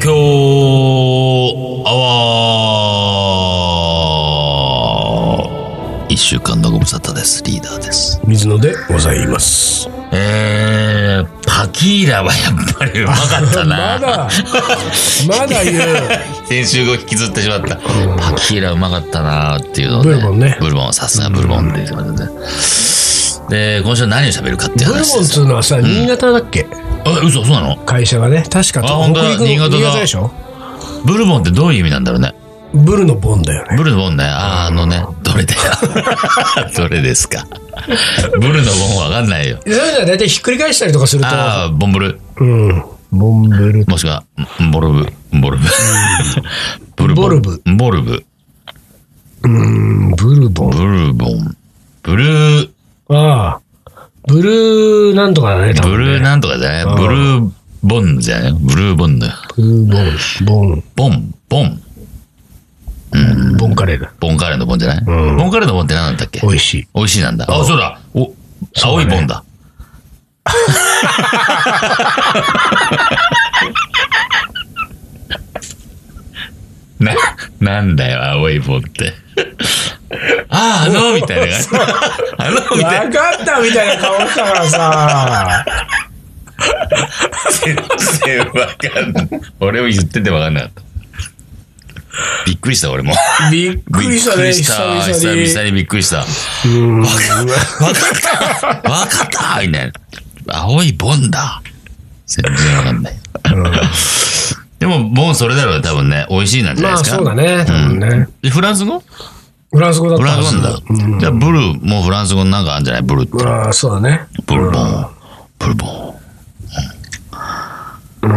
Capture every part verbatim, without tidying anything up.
京アワー。一週間のご無沙汰です。リーダーです。 水野でございます。 えー、パキーラはやっぱりうまかったな。 まだまだ言う。 先週を引きずってしまった。パキーラうまかったなっていうのをね。 ブルボンね。 ブルボン、さすがブルボンって言ってましたね。で、今週は何を喋るかっていう話です。 ブルボンっていうのはさ、新潟だっけ？ あ、嘘、そうなの？ 会社がね、確か北陸の新潟でしょ？ブルボンってどういう意味なんだろうね。 ブルのボンだよね。 ブルのボンね。あー、あのね、どれだよ。どれですか。ブルのボンわかんないよ。 そういうのは大体ひっくり返したりとかすると。 ああ、ボンブル。 うん。ボンブル。 もしくは、ボルブ。ボルブ。 ブルボルブ。 ボルブ。 うーん、ブルボン。 ブルボン。ブルー。 ああ。ブルーなんとかだね、多分ね。 ブルーなんとかじゃない？ブルーボンじゃない？ブルーボンだよ。 ブルーボン。ボン。 ボン。ボン。 うん、ボンカレーだ。 ボンカレーのボンじゃない？うん、ボンカレーのボンって何だったっけ？ 美味しい。 美味しいなんだ。あ、そうだ。お、青いボンだ。な、なんだよ、青いボンって。ああ、あの、みたいな感じ。あの、みたいな。 わかったみたいな顔したからさ。 全然わかんない。俺も言っててわかんなかった。びっくりした、俺も。 びっくりしたね、 久々に。久々にびっくりした。わかった。わかったみたいな。青いボンだ。全然わかんない。でも、ボンそれだろうね、多分ね。美味しいなんじゃないですか。 まあ、そうだね、多分ね。 フランス語？ フランス語だったフランス語なんだ。じゃあ、ブルーもフランス語なんかあるんじゃない？ブルーって。 ああ、そうだね。 ブルボン。ブルボン。 うん。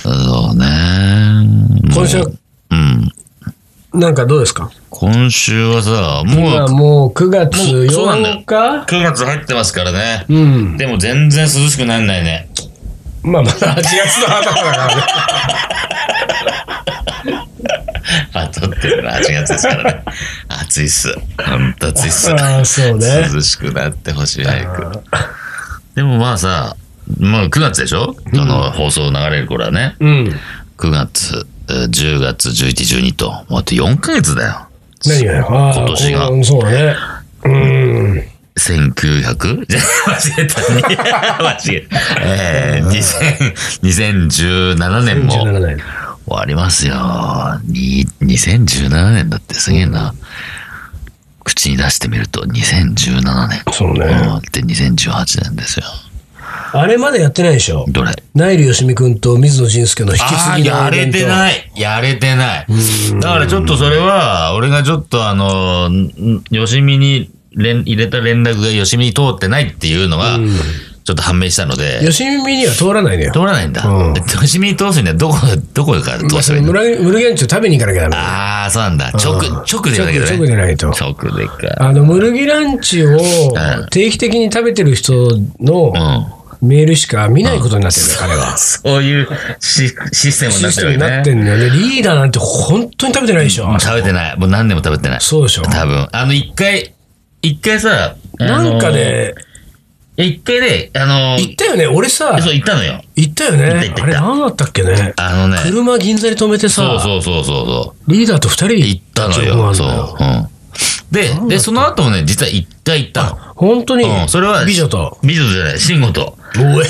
そうね。 今週、 うん。 なんかどうですか？ 今週はさ、もう。 今もうくがつようか？ くがつ入ってますからね。 うん。 でも全然涼しくなんないね。 まあまだはちがつの頭だからね。 あ、撮ってるのはちがつですからね。暑いっす。ほんと暑いっす。 ああ、そうね。 涼しくなってほしい、早く。でもまあさ、もうくがつでしょ？その放送流れる頃はね。 うん。 くがつ、じゅうがつ、じゅういち、じゅうにと、もうあとよんかげつだよ。 何がよ。 今年が。 そうだね。うん。 せんきゅうひゃく? 間違えたね。間違えた。えー、にせんじゅうななねんも終わりますよ。ににせんじゅうななねんだってすげえな。口に出してみるとにせんじゅうななねん。 そうね。 でにせんじゅうはちねんですよ。 あれまだやってないでしょ？どれ？ナイルよしみくんと水野仁介の引き継ぎのあ、やれてない。やれてない。だからちょっとそれは、俺がちょっとあの、よしみに連入れた連絡がよしみに通ってないっていうのが、ちょっと判明したので。 よしみには通らないのよ。 通らないんだ。よしみに通すにはどこ、どこから通せばいいの？ ムルギャンチュ食べに行かなきゃダメ。 ああ、そうなんだ。直、直で行かなきゃダメ。 直でないと。 直でか。 あの、ムルギランチを定期的に食べてる人の、メールしか見ないことになってるんだよ、彼は。 そういうシ、システムになってるよね。システムになってんだよね。リーダーなんて本当に食べてないでしょ？ 食べてない。もう何年も食べてない。 そうでしょ？ 多分。あの、一回、一回さ、 なんかで、 一回で、あの行ったよね、俺さ。 そう、行ったのよ。 行ったよね。あれ何だったっけね。 あのね。 車銀座に止めてさ。 そうそうそうそう。 リーダーと二人で行ったのよ。そう。うん。で、で、その後もね、実は一回行ったの。 本当に？ うん、それは、 美女と。 美女じゃない、慎吾と。 おえ。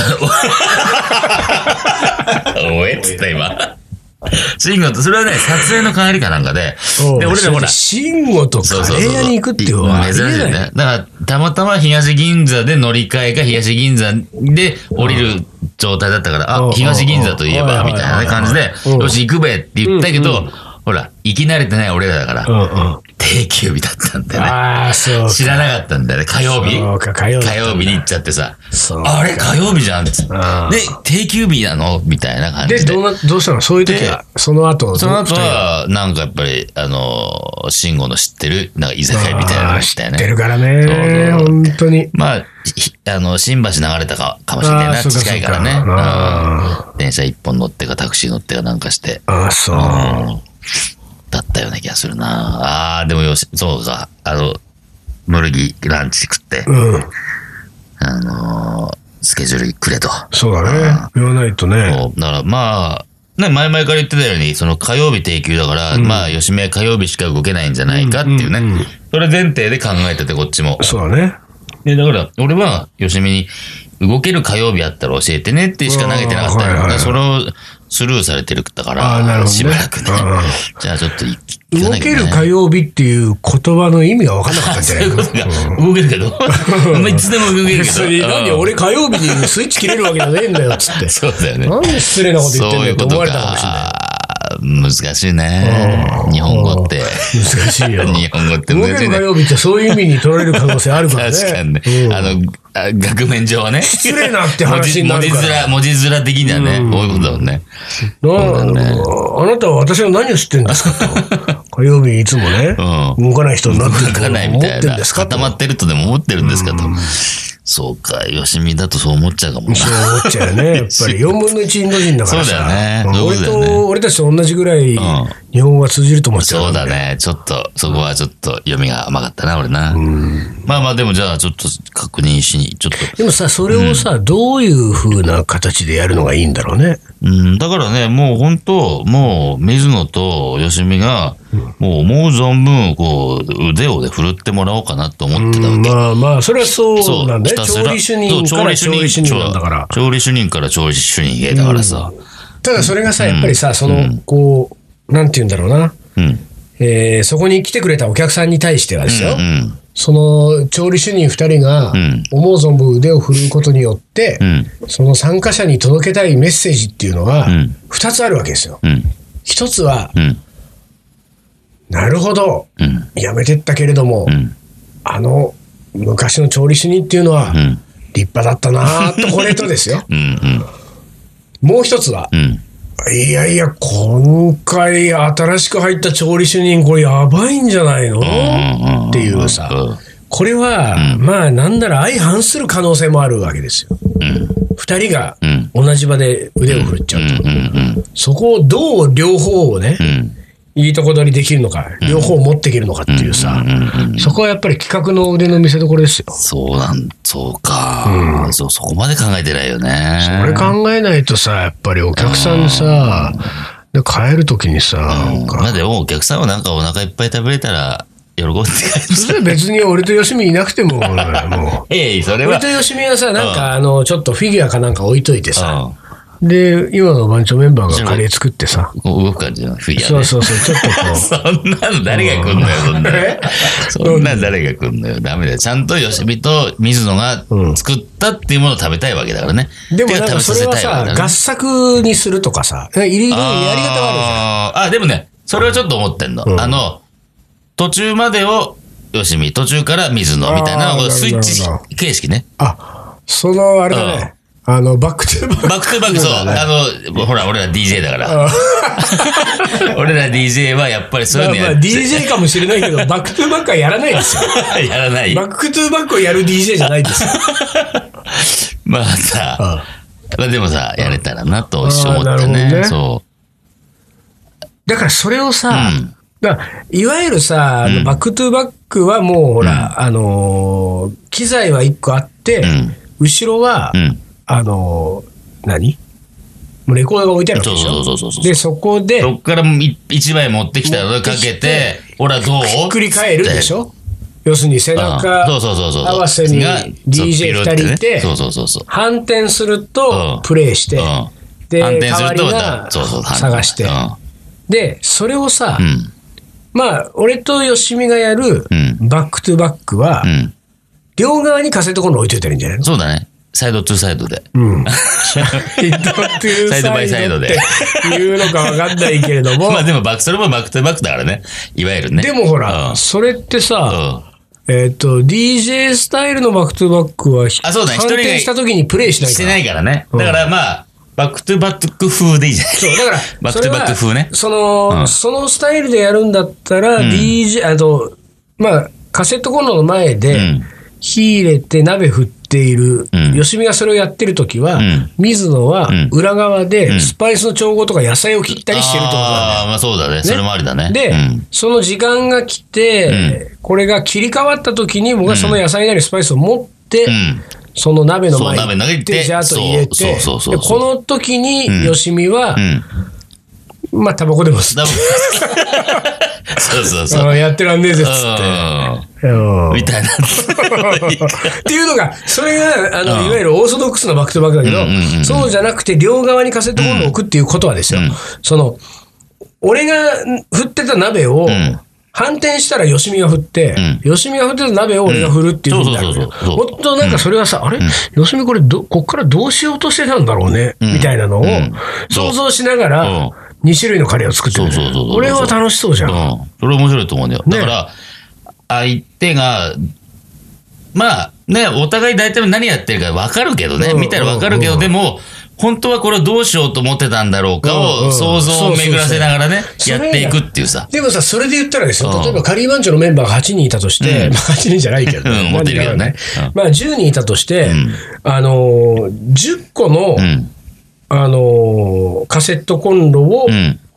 おえっつった今。慎吾と、それはね、撮影の帰りかなんかで、で、俺らほら。 慎吾とカレー屋に行くっていうのは珍しいよね。だから、たまたま東銀座で乗り換えか東銀座で降りる状態だったから、あ、東銀座といえば、みたいな感じで、よし行くべって言ったけど、ほら、行き慣れてない俺らだから、定休日だったんだよね。 ああ、そう。 知らなかったんだよね、火曜日。 そうか、火曜日。 火曜日に行っちゃってさ、あれ、火曜日じゃんって。で、定休日なのみたいな感じで。 で、どう、どうしたの？そういう時は、その後。 その後は、なんかやっぱり、あの、慎吾の知ってる、なんか居酒屋みたいなの知ったよね。 知ってるからね。本当に。 まあ、あの、新橋流れたか、かもしれないな。近いからね。電車一本乗ってか、タクシー乗ってかなんかして。 ああ、そう。 だったような気がするな。ああ、でもよし、そうか。あの、ムルギランチ食って。うん。あのー、スケジュールくれと。 そうだね。言わないとね。 だからまあ、 ね、前々から言ってたように、その火曜日定休だから、うん、まあ、吉見は火曜日しか動けないんじゃないかっていうね。うんうんうん、それ前提で考えてて、こっちも。 そうだね。 で、だから、俺は、吉見に、動ける火曜日あったら教えてねってしか投げてなかったよ。はいはい、それをスルーされてるだから、ね、しばらくね。じゃあちょっと行かなきゃね。 動ける火曜日っていう言葉の意味が分からなかったんじゃないか。 そういうことか。動けるけど。まあいつでも動けるけど。 別に、何俺火曜日にスイッチ切れるわけじゃねえんだよ、つって。 そうだよね。 なんで失礼なこと言ってんだよって思われたかもしれない。 難しいね。日本語って。 難しいよ。 日本語って難しいね。 動ける火曜日ってそういう意味に取られる可能性あるからね。 確かにね。うん、あの、額面上はね。 失礼なって話になるから。 文字面、文字面的にはね、こういうことだもんね。 なんだね。あなたは私は何を知ってんですかと。火曜日いつもね、うん、動かない人になってると思ってるんですかと。 固まってるとでも思ってるんですかと。そうか、吉見だとそう思っちゃうかもな。 そう思っちゃうよね。やっぱりよんぶんのいちインド人だからさ。 そうだよね。 俺と、俺たちと同じぐらい、日本語が通じると思っちゃう、 そうだね。ちょっと、そこはちょっと読みが甘かったな、俺な。まあまあ、でもじゃあ、ちょっと確認しに、ちょっと。 でもさ、それをさ、どういう風な形でやるのがいいんだろうね。 うん、だからね、もう本当、もう、水野と吉見が、もう思う存分、こう、腕を振るってもらおうかなと思ってたわけ。 まあまあ、それはそうなんだね。調理主任から調理主任なんだから。 調理主任から調理主任へだからさ。 ただそれがさ、やっぱりさ、その、こう、なんて言うんだろうな。えそこに来てくれたお客さんに対してはですよ。その調理主任ふたりが思う存分腕を振るうことによって、その参加者に届けたいメッセージっていうのはふたつあるわけですよ。ひとつは、なるほど、やめてったけれども、あの昔の調理主任っていうのは立派だったなと、これとですよ。もう一つは、いやいや、今回新しく入った調理主任、これやばいんじゃないのっていうさ、これは、うん、まあなんなら相反する可能性もあるわけですよ。二、うん、人が同じ場で腕を振っちゃうと、うん、そこをどう両方をね、うん、いいとこ取りできるのか、両方持っていけるのかっていうさ、そこはやっぱり企画の腕の見せ所ですよ。 そうなん、そうか、うん、そう、そこまで考えてないよね。 それ考えないとさ、やっぱりお客さんにさ、で帰るときにさ、 うん、まあでもお客さんはなんかお腹いっぱい食べれたら喜んで帰る。 それ別に俺と吉見いなくても、もう。 ええ、それは。 俺と吉見はさ、なんかあの、ちょっとフィギュアかなんか置いといてさ、で、今の番長メンバーがカレー作ってさ。 動く感じのフィギュア、 ね。そうそうそう、ちょっとこう。 そんなの誰が来んのよ、そんなの。そんなの誰が来んのよ。ダメだよ。ちゃんと吉見と水野が作ったっていうものを食べたいわけだからね。 でもなんかそれはさ、合作にするとかさ、いろいろやり方はあるじゃん。 ああ、でもね、それはちょっと思ってんの。うん、あの、途中までを吉見、途中から水野みたいな、スイッチ形式ね。 あ、そのあれだね。あの、バックトゥーバック。 バックトゥーバック、そう。あの、ほら、俺ら ディージェー だから。俺ら ディージェー はやっぱりそういうのやって。 まあ、ディージェー かもしれないけど、バックトゥーバックはやらないですよ。 やらない。 バックトゥーバックをやる ディージェー じゃないですよ。 まあさ、まあでもさ、やれたらなと一緒思ってね。そう。 だからそれをさ、だいわゆるさ、バックトゥーバックはもうほら、あの、機材はいっこあって、後ろは、あの、何レコードが置いてあるわけでしょ。 そうそうそうそう。 で、そこで、 そこから一枚持ってきたのをかけて、ほらどうひっくり返るでしょ。要するに背中合わせに ディージェーふたりいて、反転するとプレイして、で、代わりが探して。で、それをさ、まあ、俺と吉見がやるバックトゥバックは、両側にカセットコンロ置いといたらいいんじゃないの？ そうだね。サイドトゥーサイドで。 うん。サイドトゥーサイドバイサイドで。言うのかわかんないけれども。 まあでもバック、それもバックトゥーバックだからね。いわゆるね。 でもほら、うん、それってさ、うん、えっ、ー、と、ディージェー スタイルのバックトゥーバックは、 あ、そうだね。 反転した時にプレイしないから。 してないからね。だからまあ、バックトゥーバック風でいいじゃない。 そう、だから、 バックトゥーバック風ね。 その、うん、そのスタイルでやるんだったら、うん、ディージェー、あと、まあ、カセットコンロの前で、火入れて鍋振っている、うん、吉見がそれをやってるときは、うん、水野は裏側でスパイスの調合とか野菜を切ったりしてるってことなんだよ。 ああ、まあそうだね。ね、それもありだね。 で、うん、その時間が来て、うん、これが切り替わったときに、僕はその野菜なりスパイスを持って、うん、その鍋の前に行って、ジャーッと入れて、この時に吉見は、 まあ、タバコでも吸って。 そうそうそう。 やってらんねえぜっつって。みたいな。っていうのが、それが、あの、いわゆるオーソドックスなバックトゥバックだけど、そうじゃなくて、両側にカセットコンロを置くっていうことはですよ、その、俺が振ってた鍋を、反転したら吉見が振って、吉見が振ってた鍋を俺が振るっていうふうになる。ほんとなんかそれはさ、あれ吉見これど、こっからどうしようとしてたんだろうね、みたいなのを想像しながら、に種類のカレーを作ってる。これは楽しそうじゃん。 それ面白いと思うんだよ。だから、相手が、まあね、お互い大体何やってるか分かるけどね、見たら分かるけど、でも、本当はこれをどうしようと思ってたんだろうかを想像を巡らせながらね、やっていくっていうさ。 でもさ、それで言ったらですよ、例えばカリー番長のメンバーがはちにんいたとして、まあはちにんじゃないけど、 思ってるけどね。 まあじゅうにんいたとして、あの、じゅっこの、あの、カセットコンロを、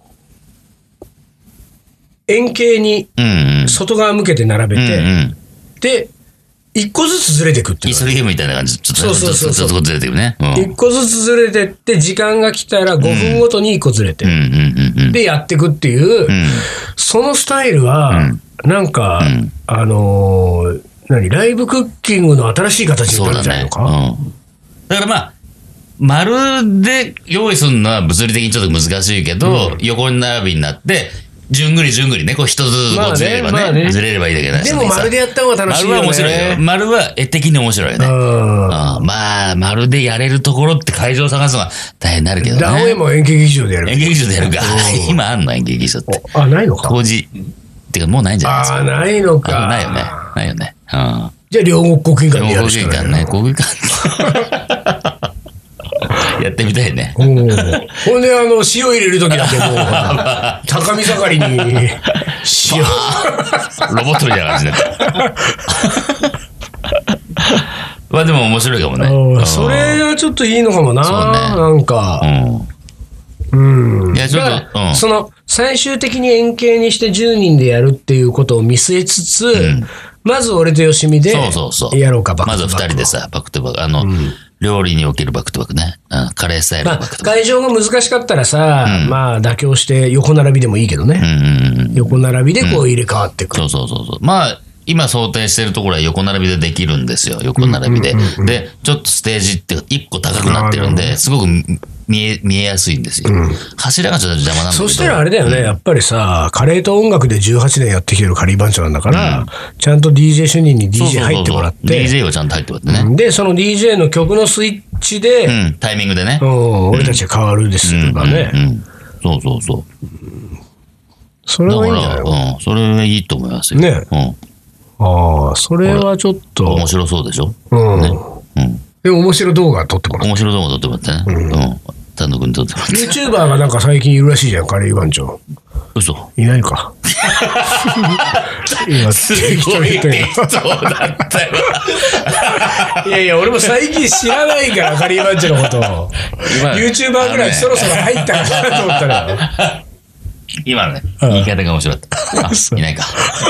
円形に外側向けて並べて、で、一個ずつずれていくっていう。 イスリームみたいな感じで、ちょっとずつずれていくね。 一個ずつずれてって、時間が来たらごふんごとに一個ずれて、で、やっていくっていう、そのスタイルは、なんか、あの、何、ライブクッキングの新しい形になるんじゃないのか。 だからまあ、丸で用意するのは物理的にちょっと難しいけど、横に並びになって、じゅんぐりじゅんぐりね、こう一つずつこうずれればね、ずれればいいだけだでも丸でやった方が楽しいよね。 丸は面白いよ。丸は絵的に面白いよね。まあ、丸でやれるところって会場を探すのが大変になるけどね。 ランウェイも演劇劇場でやる。 演劇劇場でやるか。今あんの演劇劇場って。 あ、ないのか。 当時。ってかもうないんじゃないですか。 あ、ないのか。 ないよね。ないよね。 じゃあ両国国技館でやるしかない。 両国国技館ね。やってみたいね。 ほんで、あの、塩入れるときだけもう、高見盛りに、塩。 ロボットみたいな感じで。まあでも面白いかもね。 それはちょっといいのかもな。なんか。うん。いや、ちょっと、その、最終的に円形にしてじゅうにんでやるっていうことを見据えつつ、まず俺とよしみで、やろうか、 バックトゥバック。まず二人でさ、バックトゥバック。あの、料理におけるバックトゥバックね。うん、カレースタイルのバックトゥバック。 会場が難しかったらさ、うん、まあ妥協して横並びでもいいけどね。うんうんうん、横並びでこう入れ替わっていく、 うん。そうそうそうそう。まあ、今想定してるところは横並びでできるんですよ。横並びで。うんうんうんうん、で、ちょっとステージって一個高くなってるんで、すごく見え、見えやすいんですよ。うん、柱がちょっと邪魔なんだけど。 そしたらあれだよね、うん、やっぱりさ、カレーと音楽でじゅうはちねんやってきてるカリー番長なんだから、うん、ちゃんと ディージェー 主任に ディージェー 入ってもらって。そうそうそうディージェー をちゃんと入ってもらってね。 で、その ディージェー の曲のスイッチで、 うん、タイミングでね。 うん、俺たちが変わるですとかね。 うんうんうん、そうそうそう。 それはいいんじゃないの？ うん、それいいと思いますよ。 ね。うん。ああ、それはちょっと。 面白そうでしょ？ うん。ね、うん。で、面白動画撮ってもらって。 面白動画撮ってもらってね。うん。単独に撮ってもらって。 YouTuber がなんか最近いるらしいじゃん、カリー番長。 嘘。 いないか。 今、すごい適当だったよ。 いやいや、俺も最近知らないから、カリー番長のことを。YouTuber ぐらいそろそろ入ったかなと思ったら。 今のね、言い方が面白かった。あ、いないか。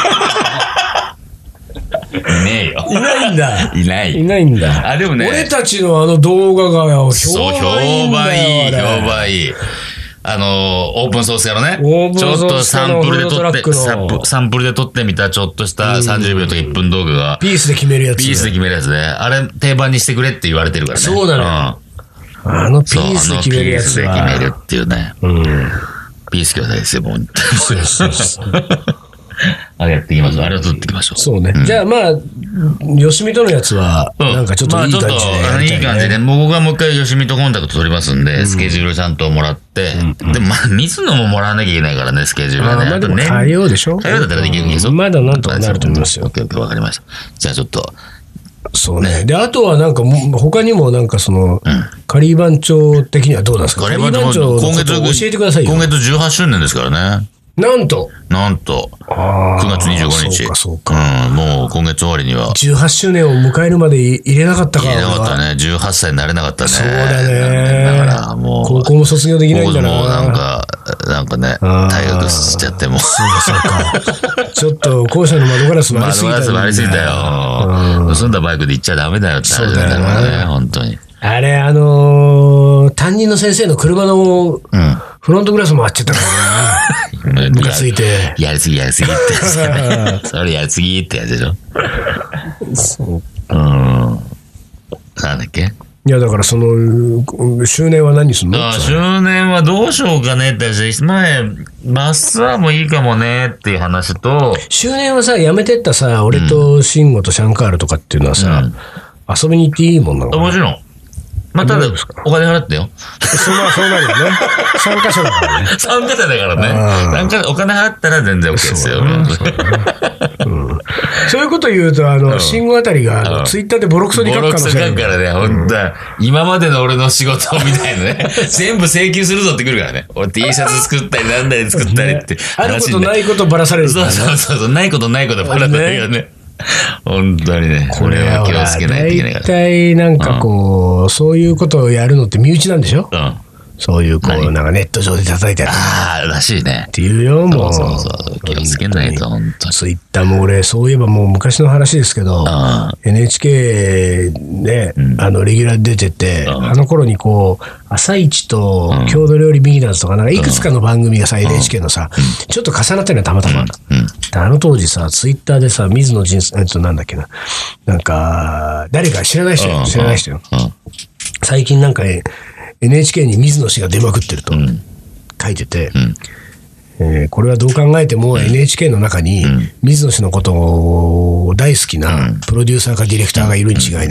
いねえよ。 いないんだ。 いない。 いないんだ。 あ、でもね。 俺たちのあの動画が評判いいんだよ。評判いい、評判いい。あの、オープンソースやろね。ちょっとサンプルで撮って、サンプルで撮ってみたちょっとしたさんじゅうびょうとかいっぷん動画が。 ピースで決めるやつ。 ピースで決めるやつね。あれ定番にしてくれって言われてるからね。 そうだね。あのピースで決めるやつは。 あのピースで決めるっていうね。うん。ピース兄弟ですよ、もう。そうそうそう。あれやっていきましょう。あれを撮っていきましょう。 そうね。うん、じゃあまあ、よしみとのやつは、なんかちょっといい感じで、ね。まあちょっと、 いい感じで、僕がもう一回よしみとコンタクト取りますんで、うん、スケジュールちゃんともらって、うん、でもまあ、水野ももらわなきゃいけないからね、スケジュールはね。 あ、まあでも火曜でしょ？ 火曜だったらできるんですよ。 まだなんとかなると思いますよ。 オッケーオッケー、わかりました。じゃあちょっと。 そうね。で、あとはなんか、他にもなんかその、カリー番長的にはどうなんですか？カリー番長のことを教えてくださいよ。 今月じゅうはちしゅうねんですからね。 なんとなんとくがつにじゅうごにち。 そうかそうか。 うん、もう今月終わりには。 じゅうはちしゅうねんを迎えるまで入れなかったから。 入れなかったね。じゅうはっさいになれなかったね。 そうだね。 だからもう。 高校も卒業できないんだな。 もうなんか、なんかね、退学しちゃっても。 そうかそうか。ちょっと校舎の窓ガラス割りすぎたよ。 窓ガラス割りすぎたよ。盗んだバイクで行っちゃダメだよって話だからね、本当に。 あれ、あのー、担任の先生の車の、うんフロントグラスも割っちゃったからね。ムカついて。 やりすぎやりすぎってやつ、ね。それやりすぎってやつでしょ。そう。うん。なんだっけ？ いや、だからその、周年は何すんの？ ああ、周年はどうしようかねって話。前、マスツアーもいいかもねっていう話と。 周年はさ、やめてったさ、俺と慎吾とシャンカールとかっていうのはさ、うん、遊びに行っていいもんなのかな？ もちろん。まあ、ただ、お金払ってよ。 そうな、そうなるよね。参加者だからね。 参加者だからね。参加、お金払ったら全然 OK ですよ。 そういうこと言うと、あの、慎吾あたりが、ツイッターでボロクソに書く可能性ある。 ボロクソ書くからね、ほんと今までの俺の仕事みたいなね。全部請求するぞってくるからね。俺 T シャツ作ったりなんだり作ったりって。 あることないことばらされる。 そうそうそう。ないことないことばらされるよね。本当にね。これは気をつけないといけないから。 大体なんかこう、そういうことをやるのって身内なんでしょ？うん。そういうこう、なんかネット上で叩いてある。 ああ、らしいね。 っていうよ、もう。 そうそうそう。気をつけないと、本当に。 ツイッターも俺、そういえばもう昔の話ですけど、エヌエイチケー で、あの、レギュラー出てて、あの頃にこう、朝一と郷土料理ビギナーズとか、なんかいくつかの番組がさ、エヌエイチケー のさ、ちょっと重なってるのはたまたま。あの当時さ、ツイッターでさ、水野仁介、えっと、なんだっけな。なんか、誰か知らない人よ。知らない人よ。最近なんか、エヌエイチケー に水野氏が出まくってると書いてて、うんえー、これはどう考えても エヌエイチケー の中に水野氏のことを大好きなプロデューサーかディレクターがいるに違いない。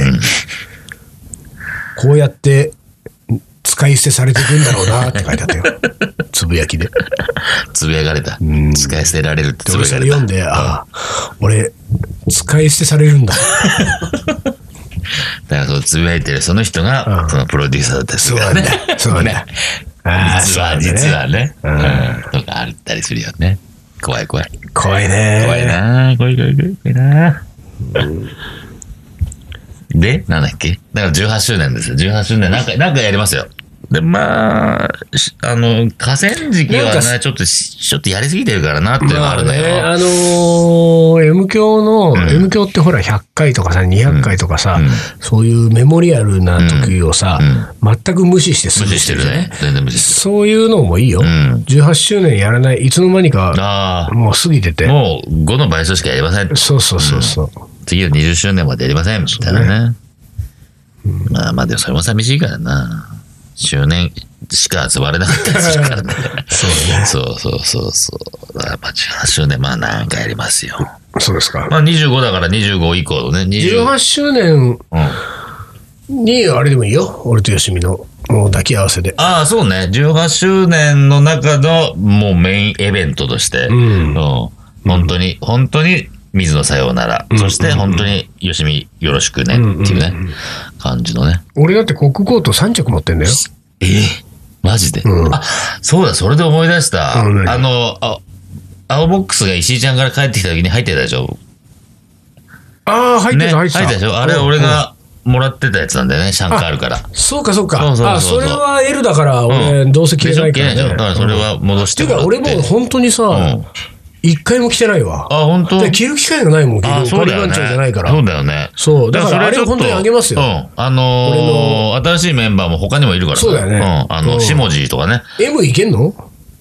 こうやって使い捨てされていくんだろうなって書いてあったよ。つぶやきで。 つぶやかれた。使い捨てられるってつぶやかれた。 俺それ読んで、ああ、俺、使い捨てされるんだ。 だからそうつぶやいてるその人がそのプロデューサーだったりするからね。 そうだね。 実は実はね。とかあったりするよね。怖い怖い。 怖いね。 怖いな。怖い怖い怖いな。で、なんだっけ？だからじゅうはちしゅうねんですよ。じゅうはちしゅうねんなんかなんかやりますよ。で、まあ、あの、河川敷はね、ちょっと、ちょっとやりすぎてるからなっていうのがあるのよ。 まあね、あのー、M 響の、うん、M 響ってほらひゃっかいとかさ、にひゃっかいとかさ、うん、そういうメモリアルな時をさ、うんうん、全く無視してする。無視してるね。全然無視してる。 そういうのもいいよ。うん、じゅうはちしゅうねんやらない、いつの間にか、もう過ぎてて。 もうごの倍数しかやりません。 そうそうそうそう、 うん。次のにじゅっしゅうねんまでやりません。みたいなね。うん、まあまあでもそれも寂しいからな。周年しか集まれなかったりするからね。そうね。そうそうそうそう。だからまあじゅうはちしゅうねん、まあ何かやりますよ。 そうですか。 まあにじゅうごだからにじゅうご以降のね。 じゅうはちしゅうねんにあれでもいいよ。俺とよしみのもう抱き合わせで。 ああ、そうね。じゅうはちしゅうねんの中のもうメインイベントとして、うん、本当に、本当に水野さようなら、うん、そして本当によしみよろしくねっていうね、うんうんうん、感じのね。 俺だってコックコートさんちゃく持ってんだよ。 えー、マジで、うん、あ、そうだ、それで思い出した。うん、あの、あ、青ボックスが石井ちゃんから帰ってきた時に入ってたでしょ。 ああ、入ってた、ね、入ってた。 入ってたでしょ。あれ俺がもらってたやつなんだよね、シャンカールから。 そうか、そうか。そうそうそうそう。あ、それは L だから、俺、どうせ着れないからね。 だからそれは戻してもらって。 てか、俺も本当にさ、うん一回も着てないわ。 あ、本当？ 着る機会がないもん、 あ、そうだよね。 じゃないから。 そうだよね。 そう。だからあれは本当にあげますよ。 うん。あのー、新しいメンバーも他にもいるからそうだよね。 うん。あの、下地とかね。 M いけんの？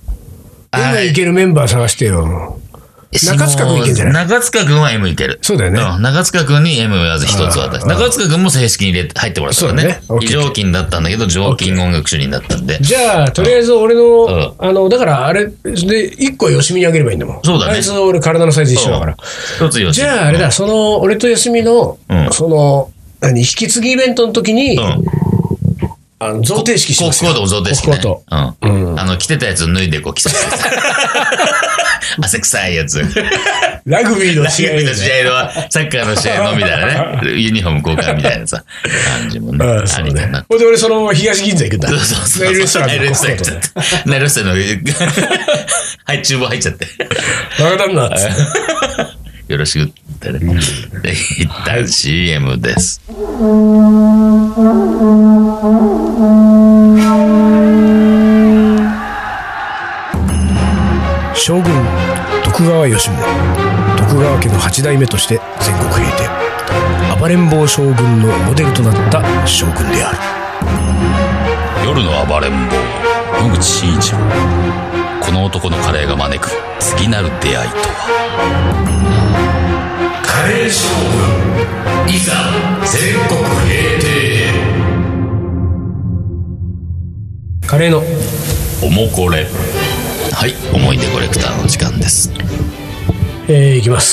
M いけるメンバー探してよ。中塚君いけんじゃない？ 中塚君は M いける。 そうだよね。 うん。中塚君に M をまず一つ渡して。中塚君も正式に入れ入ってもらったからね。非常勤だったんだけど、常勤音楽主任だったんで。 じゃあ、とりあえず俺の、あの、だからあれ、で、一個よしみにあげればいいんだもん。 そうだね。 あいつ俺体のサイズ一緒だから。 一つよしみ。 じゃああれだ、その、俺とよしみの、その、何、引き継ぎイベントの時に、あの、贈呈式しますよ。 コートも贈呈式ね。うん。あの、着てたやつを脱いでこう着せて。汗臭いやつ。 ラグビーの試合、 ラグビーの試合の、サッカーの試合のみたいなね。ユニフォーム交換みたいなさ、感じもね。ありかな。 ほんで俺そのまま東銀座行くんだ。 そうそうそう。ナイルレストラン。ナイルレストラン。ナイルレストランの、はい、厨房入っちゃって。 わかんなっつって。 よろしくってね。一旦 シーエム です。 将軍徳川吉宗、徳川家の八代目として全国平定、暴れん坊将軍のモデルとなった将軍である。 夜の暴れん坊野口真一郎。この男のカレーが招く次なる出会いとは。カレー将軍いざ全国平定。 カレーのおもこれ。はい、思い出コレクターの時間です。 えー、いきます。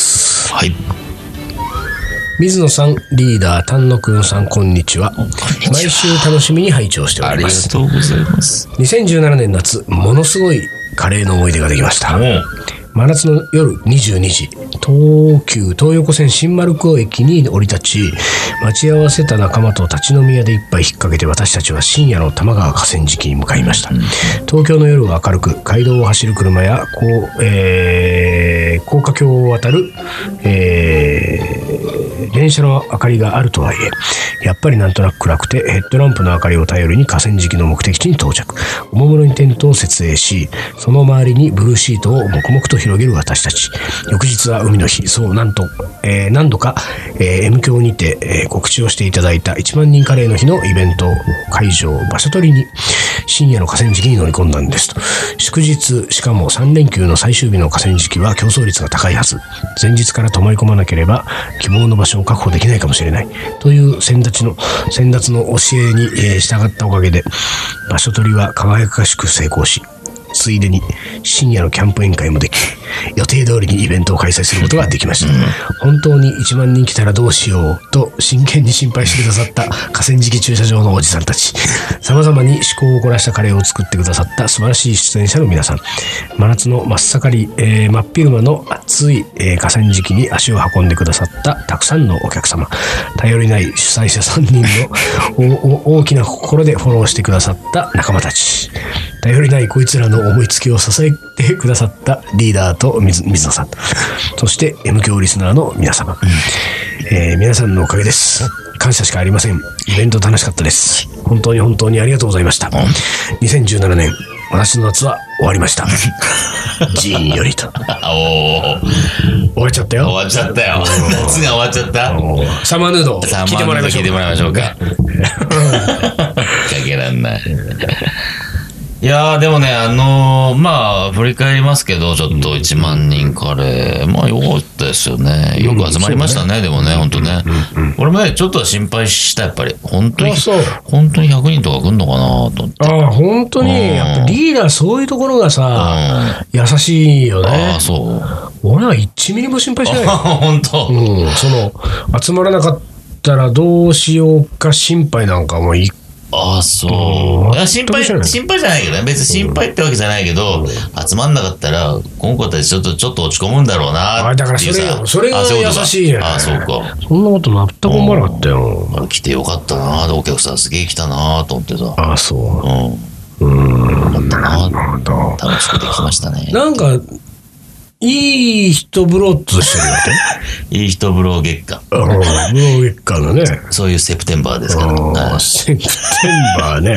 はい。 水野さん、リーダー丹野くんさん、こんにちは。毎週楽しみに拝聴しております。 ありがとうございます。 にせんじゅうななねん夏、ものすごいカレーの思い出ができました。真夏の夜にじゅうにじ、東急東横線新丸子駅に降り立ち、待ち合わせた仲間と立ち飲み屋で一杯引っ掛けて、私たちは深夜の多摩川河川敷に向かいました。うん、東京の夜は明るく、街道を走る車やこう、えー、高架橋を渡る、えー、電車の明かりがあるとはいえ、やっぱりなんとなく暗くて、ヘッドランプの明かりを頼りに河川敷の目的地に到着。おもむろにテントを設営し、その周りにブルーシートを黙々と広げる私たち。翌日は海の日。そう、なんと、えー、何度か、えー、M 響にて、えー、告知をしていただいたいちまんにんカレーの日のイベント会場、場所取りに、深夜の河川敷に乗り込んだんですと。祝日、しかもさん連休の最終日の河川敷は競争率が高いはず。前日から泊まり込まなければ、希望の場所を確保できないかもしれない。という先立ちの、先達の教えに、えー、従ったおかげで、場所取りは輝かしく成功し、ついでに深夜のキャンプ宴会もでき、予定通りにイベントを開催することができました。うん、本当にいちまんにん来たらどうしようと真剣に心配してくださった河川敷駐車場のおじさんたち、様々に思考を凝らしたカレーを作ってくださった素晴らしい出演者の皆さん、真夏の真っ盛り、えー、真っ昼間の暑い、えー、河川敷に足を運んでくださったたくさんのお客様、頼りない主催者さんにんのおお大きな心でフォローしてくださった仲間たち、頼りないこいつらの思いつきを支えてくださったリーダーと水野さん、そして M 響リスナーの皆様、えー、皆さんのおかげです。感謝しかありません。イベント楽しかったです。本当に本当にありがとうございました。にせんじゅうななねん、私の夏は終わりました。ジーンよりと。お終わっちゃったよ。 終わっちゃったよ。夏が終わっちゃった。 サマーヌード聞いてもらいましょう。聞いてもらいましょうか。 かけらんない。いやーでもね、あのー、まあ、振り返りますけど、ちょっといちまんにんカレー、まあ、よかったですよね。よく集まりましたね、うん、でもね、ほんとね。うんうん、俺もね、ちょっと心配した、やっぱり。本当に、本当にひゃくにんとか来んのかなと思って。 ああ、本当に、やっぱリーダーそういうところがさ、うん、優しいよね。 ああ、そう。 俺はいちミリも心配しない。 本当。 うん、その、集まらなかったらどうしようか心配なんかもいああ、そう。いや、心配、心配じゃないけどね。別に心配ってわけじゃないけど、うん、集まんなかったら、この子たちちょっと、ちょっと落ち込むんだろうなっていうさ。あ、だからそれ、 それが優しいね。 ああ、そうか。 そんなこと全く思わなかったよ。 うん、来てよかったなぁ。お客さんすげえ来たなぁと思ってさ。 ああ、そう。うん。うん。 思ったなぁ。楽しくできましたね。 なんか、いい人ブローとしてるわけいい人ブロー月間。 ブロー月間だね。 そういうセプテンバーですから。 セプテンバーね。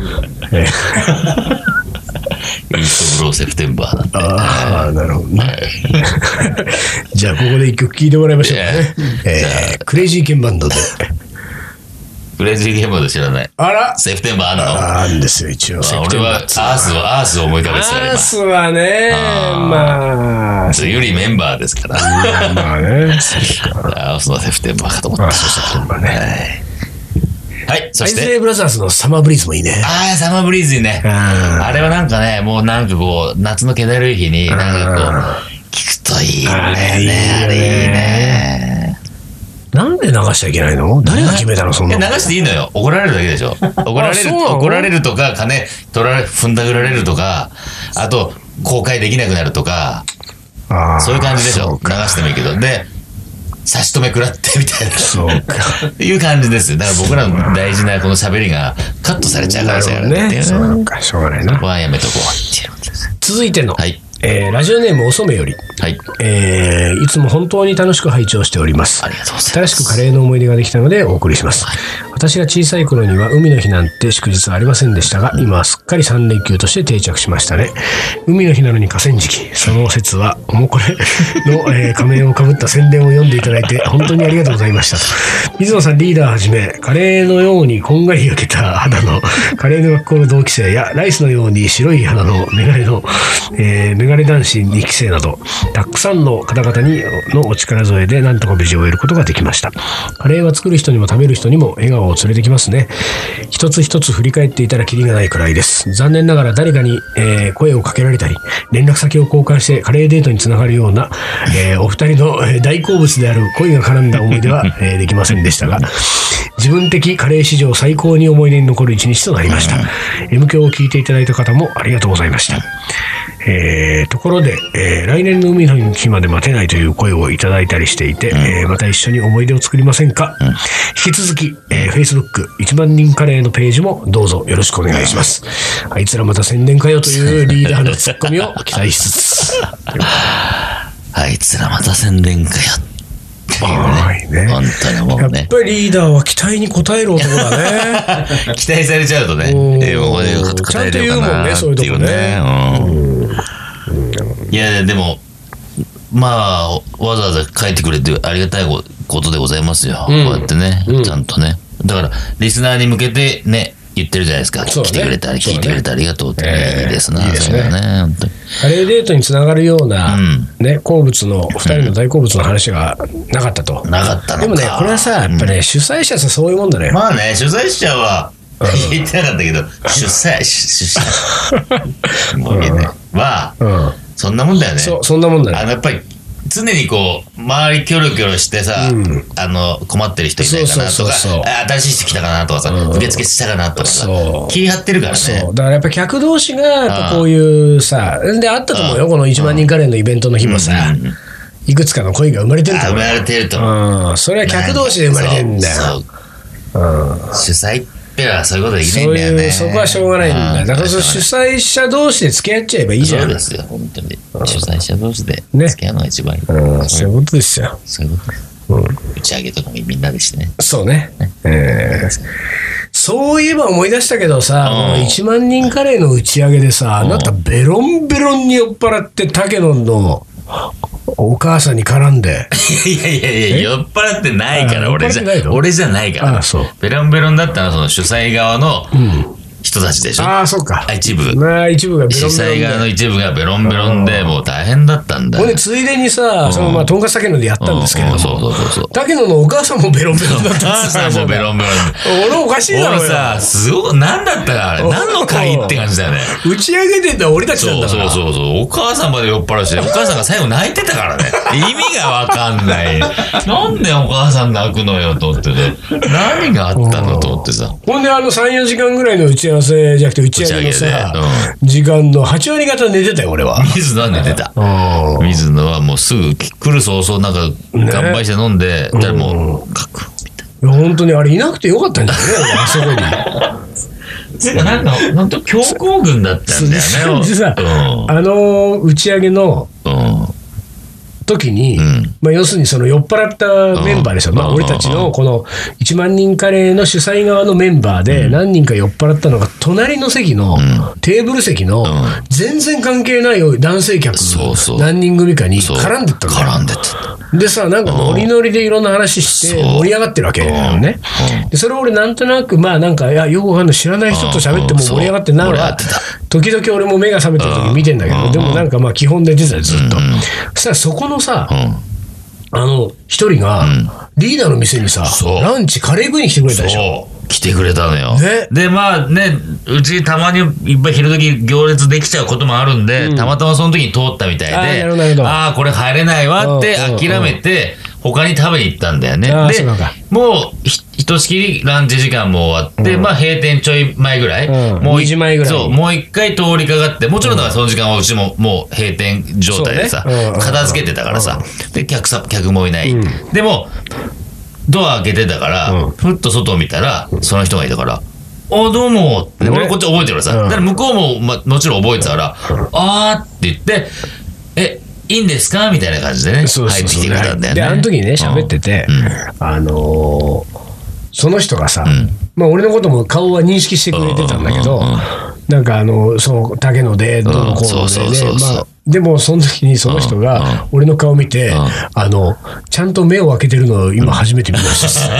いい人ブローセプテンバーなんで。 ああ、なるほどね。じゃあ、ここで一曲聴いてもらいましょうかね。えー、クレイジーケンバンドで。 クレイジーケンバンド知らない。 あらセプテンバーあんのあるんですよ、一応。 俺はアースを、アースを思い浮かべてたよ、今。 アースはね、まあ。 よりメンバーですから。 まあね。 アースのセプテンバーかと思った。 アースのセプテンバーね。 はい。そして。 アイズレイブラザーズのサマーブリーズもいいね。 ああ、サマーブリーズいいね。あれはなんかね、もうなんかこう、夏の気だるい日に、なんかこう、聞くといいね。あれいいね。 なんで流しちゃいけないの？誰が決めたのそんなの？ 流していいのよ。怒られるだけでしょ。怒られる、怒られるとか、金取られ、踏んだくられるとか、あと、公開できなくなるとか、そういう感じでしょ。流してもいいけど。で、差し止め食らってみたいな。そうか。いう感じですよ。だから僕らの大事なこの喋りがカットされちゃうからね。そうか、しょうがないな。 ここはやめとこうっていうことです。 続いての。 はい。 えー、ラジオネームおそめより、 はいえー、いつも本当に楽しく拝聴しております。 ありがとうございます。 新しくカレーの思い出ができたのでお送りします。はい、 私が小さい頃には海の日なんて祝日はありませんでしたが、今はすっかりさん連休として定着しましたね。海の日なのに河川敷。その説は、おもこれの、えー、仮面をかぶった宣伝を読んでいただいて、本当にありがとうございましたと。水野さんリーダーはじめ、カレーのようにこんがり焼けた肌のカレーの学校の同期生や、ライスのように白い肌のメガネの、えー、メガネ男子にき生など、たくさんの方々にのお力添えで、なんとか無事終えることができました。カレーは作る人にも食べる人にも笑顔を連れてきますね。一つ一つ振り返っていたらキリがないくらいです。残念ながら誰かに、えー、声をかけられたり、連絡先を交換してカレーデートにつながるような、えー、お二人の大好物である恋が絡んだ思い出は、えー、できませんでしたが、自分的カレー史上最高に思い出に残る一日となりました。M 響を聞いていただいた方もありがとうございました。えー、ところで、えー、来年の海の日まで待てないという声をいただいたりしていて、うん、えー、また一緒に思い出を作りませんか、うん、引き続き、えー、Facebook いちまん人カレーのページもどうぞよろしくお願いします。あいつらまた宣伝かよというリーダーのツッコミを期待しつつあいつらまた宣伝かよはいね、 本当にもうね、 やっぱりリーダーは期待に応える男だね期待されちゃうとね、えー、もうちゃんと言うもんね、そういうとこね、うんうん、 いやでもまあわざわざ書いてくれてありがたいことでございますよ、うん、こうやってね、うん、ちゃんとね、だからリスナーに向けてね言ってるじゃないですか、ね、来てくれたり聞いてくれてありがとうって、ね、ね、いいですな、 いいですね、 ね、本当にカレーデートにつながるような、うんね、好物のふたりの大好物の話がなかったと、 うん、なかったのか。 でもねこれはさやっぱね、うん、主催者さそういうもんだね。 まあね主催者は言ってなかったけど、主催主催もうねは、うん、そんなもんだよね。 そそんなもんだね。 あのやっぱり常にこう周りキョロキョロしてさ、うん、あの困ってる人いないかなとか、新しい人来たかなとかさ、うん、受付したかなとかさ、気張ってるからね。 そうだからやっぱ客同士がやっぱこういうさ、であったと思うよ、このいちまん人カレーのイベントの日もさ、うんうんうん、いくつかの恋が生まれてると思う。 生まれてると思う、 うん、それは客同士で生まれてるんだよ。そうそう、うん、主催ってはそういうことできないんだよね。そういうそこはしょうがないんだよ。だからその主催者同士で付き合っちゃえばいいじゃん。 そうですよ本当に、うん、主催者同士で付き合うのが一番いい、ね、 うん、そういうことですよ。 そういうことです、うん、打ち上げとかもみんなでしてね。 そうね、ね、えー、そういえば思い出したけどさ、いちまん人カレーの打ち上げでさ、なんかベロンベロンに酔っ払って竹野のお母さんに絡んでいやいやいや酔っ払ってないから俺じゃ俺じゃないから。 ああそうベロンベロンだったのはその主催側の人たちでしょ、うん、 ああそうか一部まあ一部がベロンベロンで主催側の一部がベロンベロンでもう大変だったんだよ。 これついでにさそのまあとんかつ竹野でやったんですけれども、 そうそうそうそう竹野のお母さんもベロンベロンだった。 お母さんもベロンベロン俺おかしいだろ。 俺さすごく何だったか何の会って感じだよね。 打ち上げてんだ俺たちなんだから。 そうそうそうそうお母さんまで酔っ払うしお母さんが最後泣いてたからね意味がわかんないなんでお母さん泣くのよと思ってね何があったのと思ってさ。 ほんであのさんよじかんぐらいの打ち合わせじゃなくて打ち上げのさ、うん、時間のはち割方寝てたよ俺は。 水野は寝てた。水野はもうすぐ来る早々なんか乾杯して飲んで、ね、じゃあもう書くみたいな。いや本当にあれいなくてよかったんだよねあそこに。 てかなんか本当強行軍だったんだよね。 でさ、うん、あの打ち上げの、うん時に、うん、まあ、要するにその酔っ払ったメンバーでしょ、うん、まあ、俺たちのこのいちまん人カレーの主催側のメンバーで何人か酔っ払ったのが隣の席の、うん、テーブル席の全然関係ない男性客何人組かに絡んでったんだよ。 絡んでったでさなんかノリノリでいろんな話して盛り上がってるわけだよね。でそれを俺なんとなくまあなんかいやよくわかんない知らない人と喋っても盛り上がってなるわ時々俺も目が覚めてる時見てんだけどでもなんかまあ基本で出てたよずっと。そしたらそこのさ、うん、あの一人が、うん、リーダーの店にさランチカレー食いに来てくれたでしょ。 来てくれたのよ、ね、でまあねうちたまにいっぱい昼時行列できちゃうこともあるんで、うん、たまたまその時に通ったみたいでああこれ入れないわって諦めて他に食べに行ったんだよね。でもうひとしきりランチ時間も終わって、うん、まあ閉店ちょい前ぐらい、 うん、もうにじまえぐらいそうもう一回通りかかってもちろんだからその時間はうちももう閉店状態でさ、ねうん、片付けてたからさ、うん、で 客, さ客もいない、うん、でもドア開けてたから、うん、ふっと外を見たらその人がいたから「あどうも」って、ね、俺こっち覚えてるからさ、うん、だから向こうも、ま、もちろん覚えてたから「うん、あー」って言って「えいいんですか?」みたいな感じでねそうそうそう入ってきてくれたんだよね。 であの時にね喋ってて、うん、あのーその人がさ、うん、まあ俺のことも顔は認識してくれてたんだけど、うんうんうん、なんかあの、その竹野で、どうのこうのでね、まあ、でもその時にその人が俺の顔見て、あの、ちゃんと目を開けてるのを今初めて見ました。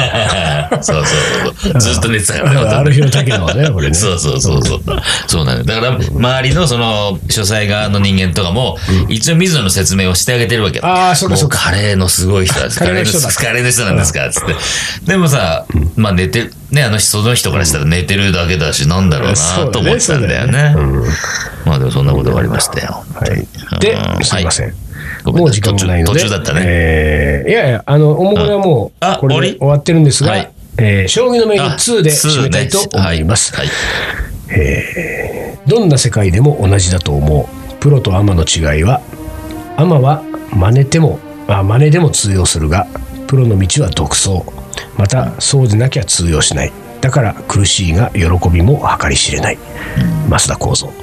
そうそうそう。ずっと寝てたよね。 ある日の竹野はね、これね。 そうそうそうそう。そうなんだよ。だから周りのその主催側の人間とかも、一応水野の説明をしてあげてるわけよ。 ああ、そうかそうか。カレーのすごい人です。カレーの人カレーの人なんですかつって。でもさ、まあ寝てる、ね、あの人、その人からしたら寝てるだけだし、なんだろうなと思ってたんだよね。まあでもそんなことがありましたよ。 はい。で、すいません。もう時間もないので。 途中だったね。 えー、いやいや、あの、おもこれはもう、これで終わってるんですが、えー、将棋の名言ツーで締めたいと思います。はい。えー、どんな世界でも同じだと思う。プロとアマの違いは、アマは真似ても、あ、真似でも通用するが、プロの道は独走。また、そうでなきゃ通用しない。だから苦しいが喜びも計り知れない。増田幸三。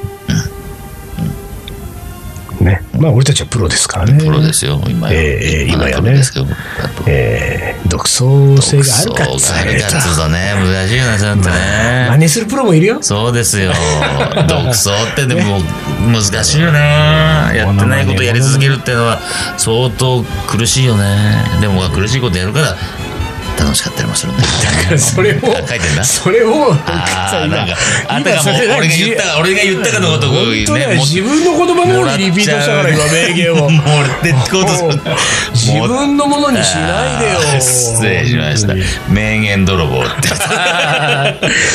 ね、まあ俺たちはプロですからね。 プロですよ、今や。 えー、今やね。えー、独創性があるかって言われたら。独創だね、難しいよね、ちゃんとね。 真似するプロもいるよ。 そうですよ。独創ってでも難しいよね。やってないことやり続けるっていうのは相当苦しいよね。でも苦しいことやるから楽しかったりもするんだ。 だからそれを書いてんだ。 それをああなんかあんたがもう俺が言った俺が言ったかのごとくね、 自分の言葉のようにリピートしたから今名言を。 もう俺ってこうと自分のものにしないでよ。 失礼しました。名言泥棒って。じゃあ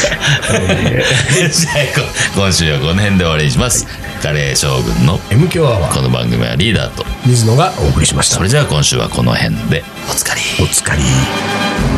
今週はこの辺で終わりにします。カレー将軍のエム 強アワー。 この番組はリーダーと水野がお送りしました。 それじゃあ今週はこの辺でおつかり。 おつかり。